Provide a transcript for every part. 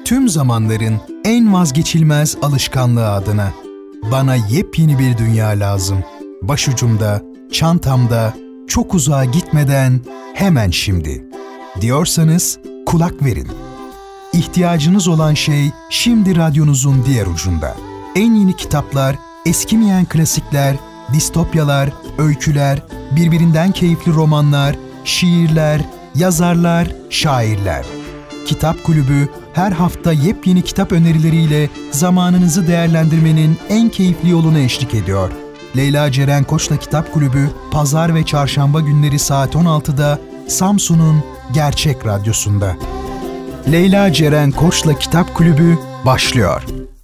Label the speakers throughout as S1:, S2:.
S1: Tüm zamanların en vazgeçilmez alışkanlığı adına. Bana yepyeni bir dünya lazım. Başucumda, çantamda, çok uzağa gitmeden hemen şimdi. Diyorsanız kulak verin. İhtiyacınız olan şey şimdi radyonuzun diğer ucunda. En yeni kitaplar, eskimeyen klasikler, distopyalar, öyküler, birbirinden keyifli romanlar, şiirler, yazarlar, şairler. Kitap Kulübü her hafta yepyeni kitap önerileriyle zamanınızı değerlendirmenin en keyifli yoluna eşlik ediyor. Leyla Ceren Koç'la Kitap Kulübü, Pazar ve Çarşamba günleri saat 16'da Samsun'un Gerçek Radyosu'nda. Leyla Ceren Koç'la Kitap Kulübü başlıyor.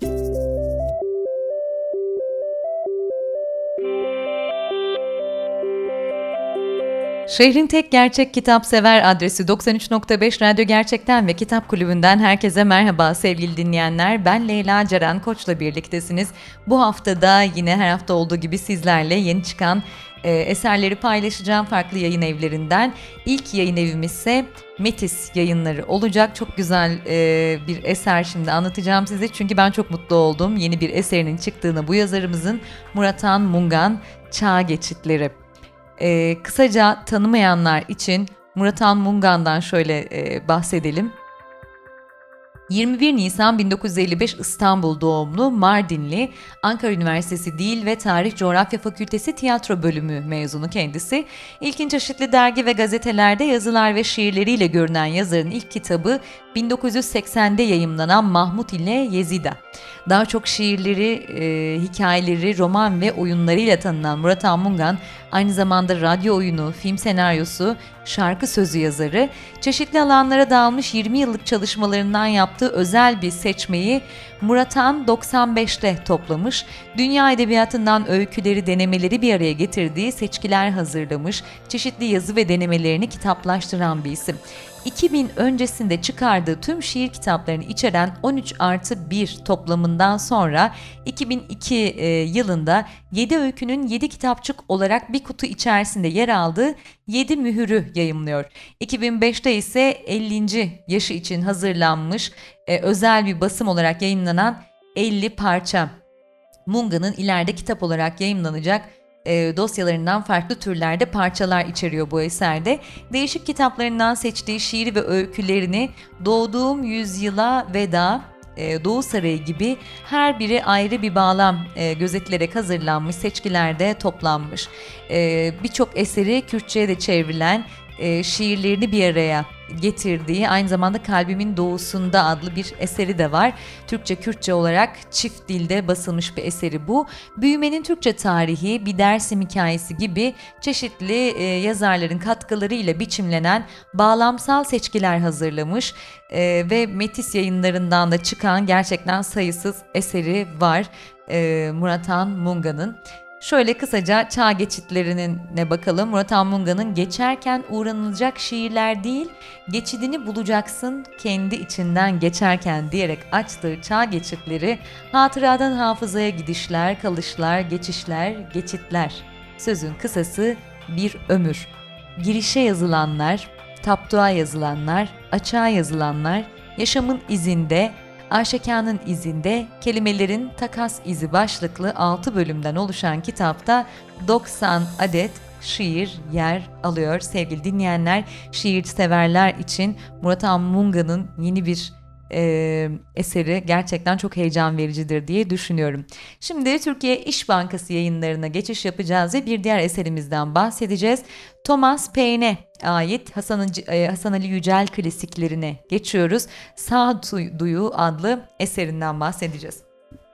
S2: Şehrin tek gerçek kitap sever adresi 93.5 Radyo Gerçek'ten ve Kitap Kulübü'nden herkese merhaba sevgili dinleyenler. Ben Leyla Ceren Koç'la birliktesiniz. Bu haftada yine her hafta olduğu gibi sizlerle yeni çıkan eserleri paylaşacağım farklı yayın evlerinden. İlk yayın evimiz ise Metis Yayınları olacak. Çok güzel bir eser şimdi anlatacağım size. Çünkü ben çok mutlu oldum. Yeni bir eserinin çıktığını bu yazarımızın Muratan Mungan Çağ Geçitleri. Kısaca tanımayanlar için Muratan Mungan'dan şöyle bahsedelim. 21 Nisan 1955 İstanbul doğumlu, Mardinli, Ankara Üniversitesi Dil ve Tarih Coğrafya Fakültesi Tiyatro Bölümü mezunu kendisi. İlkin çeşitli dergi ve gazetelerde yazılar ve şiirleriyle görünen yazarın ilk kitabı 1980'de yayımlanan Mahmut ile Yezida. Daha çok şiirleri, hikayeleri, roman ve oyunlarıyla tanınan Muratan Mungan, aynı zamanda radyo oyunu, film senaryosu, şarkı sözü yazarı, çeşitli alanlara dağılmış 20 yıllık çalışmalarından yaptığı özel bir seçmeyi Muratan 95'te toplamış, dünya edebiyatından öyküleri, denemeleri bir araya getirdiği seçkiler hazırlamış, çeşitli yazı ve denemelerini kitaplaştıran bir isim. 2000 öncesinde çıkardığı tüm şiir kitaplarını içeren 13+1 toplamından sonra 2002 yılında 7 öykünün 7 kitapçık olarak bir kutu içerisinde yer aldığı 7 mühürü yayımlıyor. 2005'te ise 50. yaşı için hazırlanmış özel bir basım olarak yayınlanan 50 parça. Munga'nın ileride kitap olarak yayımlanacak dosyalarından farklı türlerde parçalar içeriyor bu eserde. Değişik kitaplarından seçtiği şiir ve öykülerini Doğduğum Yüzyıla Veda, Doğu Sarayı gibi her biri ayrı bir bağlam gözetilerek hazırlanmış seçkilerde toplanmış. Birçok eseri Kürtçe'ye de çevrilen, şiirlerini bir araya getirdiği, aynı zamanda Kalbimin Doğusunda adlı bir eseri de var. Türkçe-Kürtçe olarak çift dilde basılmış bir eseri bu. Büyümenin Türkçe tarihi, bir Dersim hikayesi gibi çeşitli yazarların katkılarıyla biçimlenen bağlamsal seçkiler hazırlamış ve Metis Yayınlarından da çıkan gerçekten sayısız eseri var Muratan Mungan'ın. Şöyle kısaca çağ geçitlerine bakalım. Muratan Mungan'ın geçerken uğranılacak şiirler değil, geçidini bulacaksın kendi içinden geçerken diyerek açtığı çağ geçitleri, hatıradan hafızaya gidişler, kalışlar, geçişler, geçitler. Sözün kısası bir ömür. Girişe yazılanlar, taptuğa yazılanlar, açığa yazılanlar, yaşamın izinde, aşikanın izinde, kelimelerin takas izi başlıklı 6 bölümden oluşan kitapta 90 adet şiir yer alıyor. Sevgili dinleyenler, şiir severler için Muratan Mungan'ın yeni bir eseri gerçekten çok heyecan vericidir diye düşünüyorum. Şimdi Türkiye İş Bankası yayınlarına geçiş yapacağız ve bir diğer eserimizden bahsedeceğiz. Thomas Paine'e ait Hasan Ali Yücel klasiklerine geçiyoruz. Sağduyu adlı eserinden bahsedeceğiz.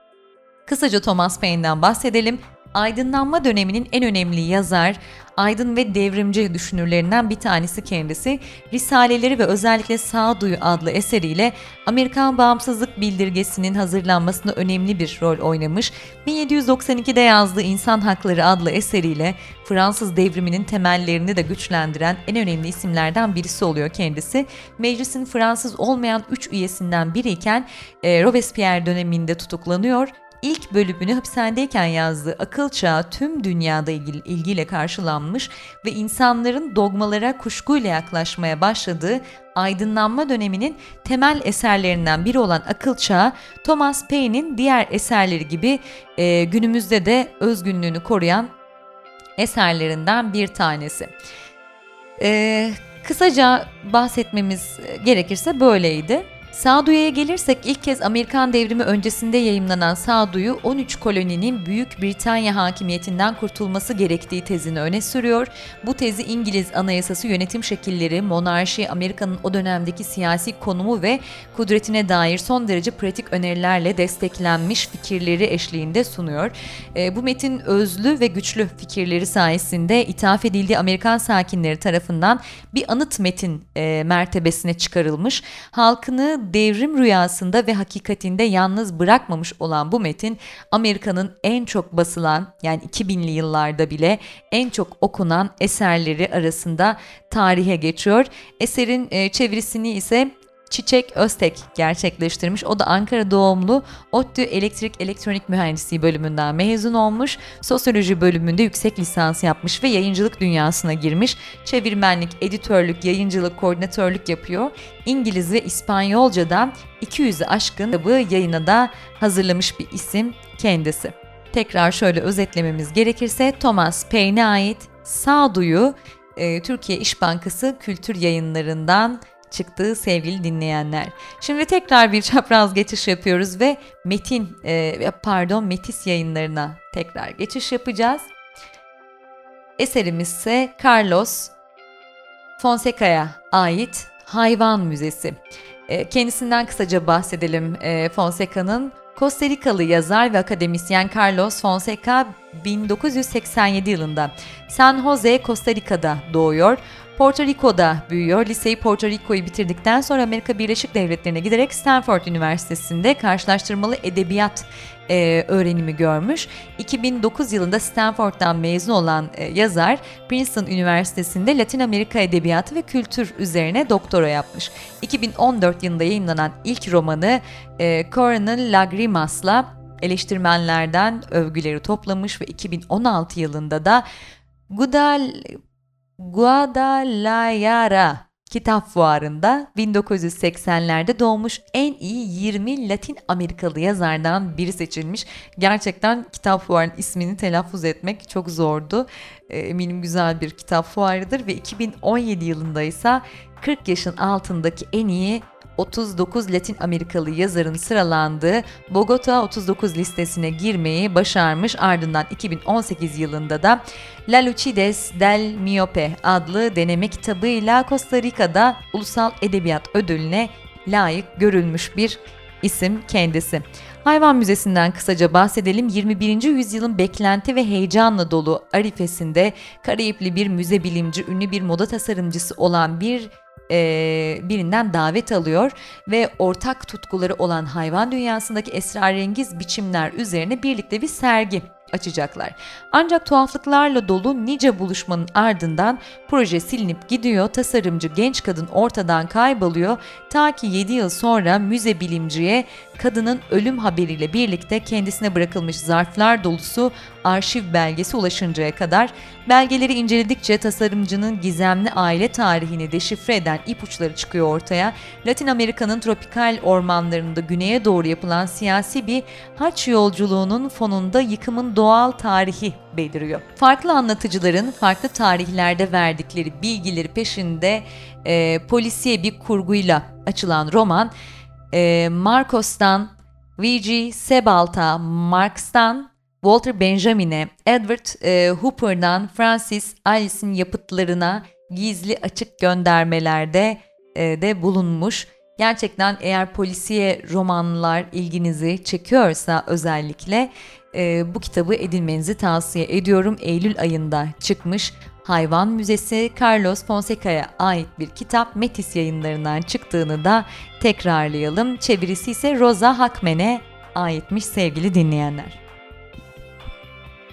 S2: Kısaca Thomas Paine'den bahsedelim. Aydınlanma döneminin en önemli yazar, aydın ve devrimci düşünürlerinden bir tanesi kendisi. Risaleleri ve özellikle Sağduyu adlı eseriyle Amerikan Bağımsızlık Bildirgesi'nin hazırlanmasında önemli bir rol oynamış. 1792'de yazdığı İnsan Hakları adlı eseriyle Fransız devriminin temellerini de güçlendiren en önemli isimlerden birisi oluyor kendisi. Meclisin Fransız olmayan 3 üyesinden biriyken Robespierre döneminde tutuklanıyor. ilk bölümünü hapishanedeyken yazdığı Akıl Çağı tüm dünyada ilgiyle karşılanmış ve insanların dogmalara kuşkuyla yaklaşmaya başladığı aydınlanma döneminin temel eserlerinden biri olan Akıl Çağı, Thomas Paine'in diğer eserleri gibi günümüzde de özgünlüğünü koruyan eserlerinden bir tanesi. Kısaca bahsetmemiz gerekirse böyleydi. Sağduyuya gelirsek ilk kez Amerikan Devrimi öncesinde yayımlanan Sağduyu 13 koloninin Büyük Britanya hakimiyetinden kurtulması gerektiği tezini öne sürüyor. Bu tezi İngiliz Anayasası, yönetim şekilleri, monarşi, Amerika'nın o dönemdeki siyasi konumu ve kudretine dair son derece pratik önerilerle desteklenmiş fikirleri eşliğinde sunuyor. Bu metin özlü ve güçlü fikirleri sayesinde ithaf edildiği Amerikan sakinleri tarafından bir anıt metin mertebesine çıkarılmış. Halkını devrim rüyasında ve hakikatinde yalnız bırakmamış olan bu metin, Amerika'nın en çok basılan, yani 2000'li yıllarda bile en çok okunan eserleri arasında tarihe geçiyor. Eserin çevirisini ise Çiçek Öztek gerçekleştirmiş. O da Ankara doğumlu, ODTÜ Elektrik Elektronik Mühendisliği bölümünden mezun olmuş. Sosyoloji bölümünde yüksek lisans yapmış ve yayıncılık dünyasına girmiş. Çevirmenlik, editörlük, yayıncılık, koordinatörlük yapıyor. İngiliz ve İspanyolcadan 200'ü aşkın kitabı yayına da hazırlamış bir isim kendisi. Tekrar şöyle özetlememiz gerekirse, Thomas Paine'e ait Sağduyu, Türkiye İş Bankası Kültür Yayınları'ndan çıktığı sevgili dinleyenler. Şimdi tekrar bir çapraz geçiş yapıyoruz ve Metis yayınlarına tekrar geçiş yapacağız. Eserimiz ise Carlos Fonseca'ya ait Hayvan Müzesi. Kendisinden kısaca bahsedelim. Fonseca'nın Costa Rikalı yazar ve akademisyen Carlos Fonseca 1987 yılında San Jose, Costa Rica'da doğuyor. Porto Rico'da büyüyor. Liseyi Porto Rico'yu bitirdikten sonra Amerika Birleşik Devletleri'ne giderek Stanford Üniversitesi'nde karşılaştırmalı edebiyat öğrenimi görmüş. 2009 yılında Stanford'dan mezun olan yazar, Princeton Üniversitesi'nde Latin Amerika Edebiyatı ve Kültür üzerine doktora yapmış. 2014 yılında yayımlanan ilk romanı Coronel Lagrimas'la eleştirmenlerden övgüleri toplamış ve 2016 yılında da Guadalajara Kitap Fuarı'nda 1980'lerde doğmuş en iyi 20 Latin Amerikalı yazardan biri seçilmiş. Gerçekten Kitap Fuarı'nın ismini telaffuz etmek çok zordu. Eminim güzel bir kitap fuarıdır ve 2017 yılında ise 40 yaşın altındaki en iyi 39 Latin Amerikalı yazarın sıralandığı Bogota 39 listesine girmeyi başarmış. Ardından 2018 yılında da La Lucidez del Miope adlı deneme kitabıyla Costa Rica'da Ulusal Edebiyat Ödülü'ne layık görülmüş bir isim kendisi. Hayvan Müzesi'nden kısaca bahsedelim. 21. yüzyılın beklenti ve heyecanla dolu arifesinde Karayipli bir müze bilimci, ünlü bir moda tasarımcısı olan birinden davet alıyor ve ortak tutkuları olan hayvan dünyasındaki esrarengiz biçimler üzerine birlikte bir sergi açacaklar. Ancak tuhaflıklarla dolu nice buluşmanın ardından proje silinip gidiyor, tasarımcı genç kadın ortadan kayboluyor ta ki 7 yıl sonra müze bilimciye kadının ölüm haberiyle birlikte kendisine bırakılmış zarflar dolusu arşiv belgesi ulaşıncaya kadar. Belgeleri inceledikçe tasarımcının gizemli aile tarihini deşifre eden ipuçları çıkıyor ortaya. Latin Amerika'nın tropikal ormanlarında güneye doğru yapılan siyasi bir haç yolculuğunun fonunda yıkımın doğal tarihi beliriyor. Farklı anlatıcıların farklı tarihlerde verdikleri bilgileri peşinde polisiye bir kurguyla açılan roman, Marcos'tan V.G. Sebalt'a, Marx'tan Walter Benjamin'e, Edward Hooper'dan Francis Alice'in yapıtlarına gizli açık göndermelerde de bulunmuş. Gerçekten eğer polisiye romanlar ilginizi çekiyorsa özellikle bu kitabı edinmenizi tavsiye ediyorum. Eylül ayında çıkmış Hayvan Müzesi, Carlos Fonseca'ya ait bir kitap, Metis yayınlarından çıktığını da tekrarlayalım. Çevirisi ise Rosa Hackman'e aitmiş sevgili dinleyenler.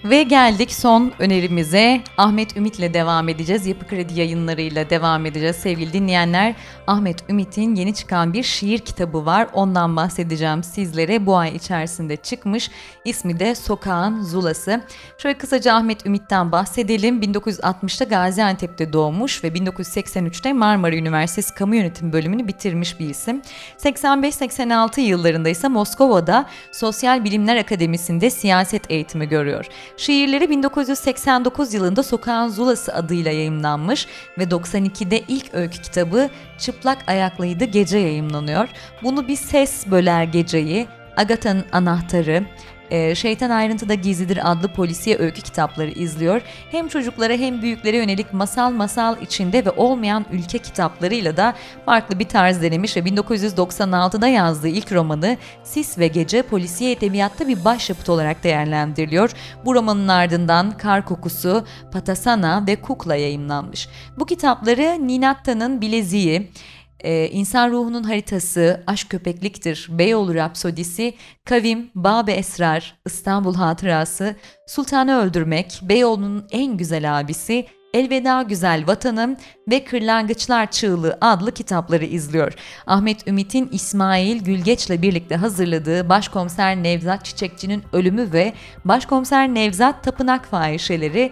S2: Ve geldik son önerimize. Ahmet Ümit'le devam edeceğiz. Yapı Kredi Yayınları'yla devam edeceğiz sevgili dinleyenler. Ahmet Ümit'in yeni çıkan bir şiir kitabı var. Ondan bahsedeceğim sizlere. Bu ay içerisinde çıkmış. İsmi de Sokağın Zulası. Şöyle kısaca Ahmet Ümit'ten bahsedelim. 1960'ta Gaziantep'te doğmuş ve 1983'te Marmara Üniversitesi Kamu Yönetimi bölümünü bitirmiş bir isim. 85-86 yıllarında ise Moskova'da Sosyal Bilimler Akademisi'nde siyaset eğitimi görüyor. Şiirleri 1989 yılında Sokağın Zulası adıyla yayımlanmış ve 92'de ilk öykü kitabı Çıplak Ayaklıydı Gece yayımlanıyor. Bunu Bir Ses Böler Geceyi, Agatha'nın Anahtarı, Şeytan Ayrıntıda Gizlidir adlı polisiye öykü kitapları izliyor. Hem çocuklara hem büyüklere yönelik masal içinde ve olmayan ülke kitaplarıyla da farklı bir tarz denemiş ve 1996'da yazdığı ilk romanı Sis ve Gece polisiye edebiyatta bir başyapıt olarak değerlendiriliyor. Bu romanın ardından Kar Kokusu, Patasana ve Kukla yayımlanmış. Bu kitapları Ninatta'nın Bileziği, İnsan Ruhunun Haritası, Aşk Köpekliktir, Beyoğlu Rapsodisi, Kavim, Bab-ı Esrar, İstanbul Hatırası, Sultanı Öldürmek, Beyoğlu'nun En Güzel Abisi, Elveda Güzel Vatanım ve Kırlangıçlar Çığlığı adlı kitapları izliyor. Ahmet Ümit'in İsmail Gülgeç'le birlikte hazırladığı Başkomiser Nevzat Çiçekçi'nin Ölümü ve Başkomiser Nevzat Tapınak Fahişeleri,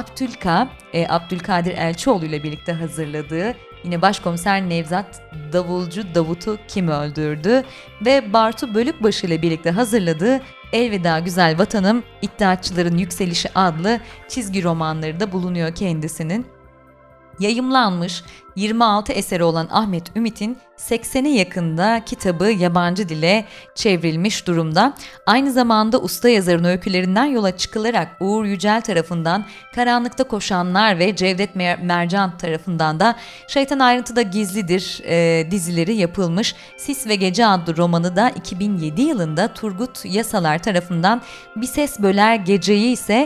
S2: Abdülkadir Elçioğlu ile birlikte hazırladığı yine Başkomiser Nevzat Davulcu Davut'u Kim Öldürdü ve Bartu Bölükbaşı ile birlikte hazırladığı Elveda Güzel Vatanım, İddiatçıların Yükselişi adlı çizgi romanları da bulunuyor kendisinin. Yayımlanmış 26 eseri olan Ahmet Ümit'in 80'e yakında kitabı yabancı dile çevrilmiş durumda. Aynı zamanda usta yazarın öykülerinden yola çıkılarak Uğur Yücel tarafından Karanlıkta Koşanlar ve Cevdet Mercan tarafından da Şeytan Ayrıntıda Gizlidir dizileri yapılmış. Sis ve Gece adlı romanı da 2007 yılında Turgut Yasalar tarafından, Bir Ses Böler Geceyi ise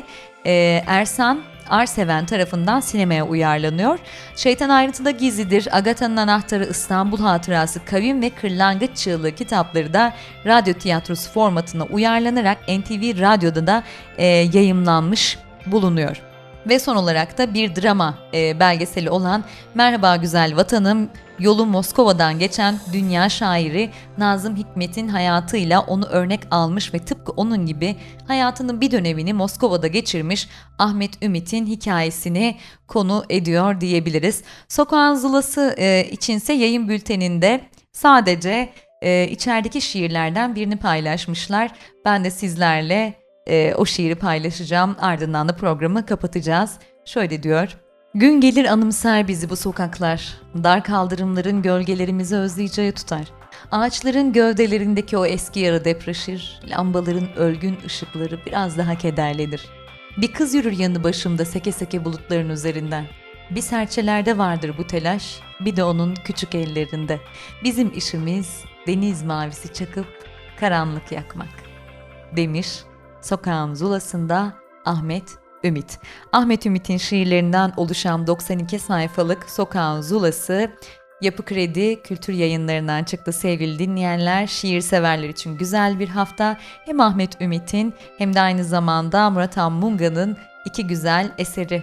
S2: Ersan Arseven tarafından sinemaya uyarlanıyor. Şeytan Ayrıntıda Gizlidir, Agatha'nın Anahtarı, İstanbul Hatırası, Kavim ve Kırlangıç Çığlığı kitapları da radyo tiyatrosu formatına uyarlanarak NTV Radyo'da da yayımlanmış bulunuyor. Ve son olarak da bir drama belgeseli olan Merhaba Güzel Vatanım, yolu Moskova'dan geçen dünya şairi Nazım Hikmet'in hayatıyla onu örnek almış ve tıpkı onun gibi hayatının bir dönemini Moskova'da geçirmiş Ahmet Ümit'in hikayesini konu ediyor diyebiliriz. Sokağın Zulası içinse yayın bülteninde sadece içerideki şiirlerden birini paylaşmışlar. Ben de sizlerle o şiiri paylaşacağım, ardından da programı kapatacağız. Şöyle diyor: Gün gelir anımsar bizi bu sokaklar, dar kaldırımların gölgelerimizi özleyeceği tutar. Ağaçların gövdelerindeki o eski yarı depreşir, lambaların ölgün ışıkları biraz daha kederlenir. Bir kız yürür yanı başımda seke seke bulutların üzerinden. Bir serçelerde vardır bu telaş, bir de onun küçük ellerinde. Bizim işimiz deniz mavisi çakıp karanlık yakmak, demiş Sokağın Zulası'nda Ahmet Ümit. Ahmet Ümit'in şiirlerinden oluşan 92 sayfalık Sokağın Zulası Yapı Kredi Kültür Yayınları'ndan çıktı sevgili dinleyenler. Şiir severler için güzel bir hafta. Hem Ahmet Ümit'in hem de aynı zamanda Murat Han Munga'nın iki güzel eseri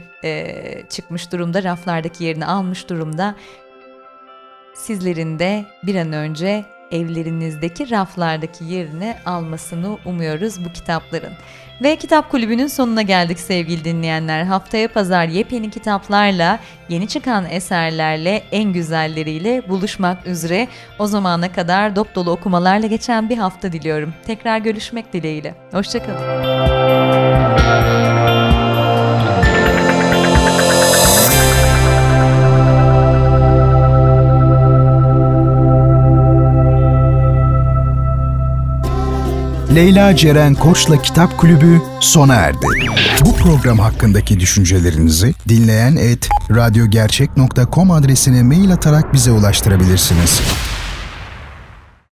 S2: çıkmış durumda. Raflardaki yerini almış durumda. Sizlerin de bir an önce evlerinizdeki raflardaki yerini almasını umuyoruz bu kitapların. Ve Kitap Kulübü'nün sonuna geldik sevgili dinleyenler. Haftaya pazar yepyeni kitaplarla, yeni çıkan eserlerle, en güzelleriyle buluşmak üzere. O zamana kadar dop dolu okumalarla geçen bir hafta diliyorum. Tekrar görüşmek dileğiyle. Hoşçakalın.
S1: Leyla Ceren Koç'la Kitap Kulübü sona erdi. Bu program hakkındaki düşüncelerinizi dinleyen @radyogercek.com adresine mail atarak bize ulaştırabilirsiniz.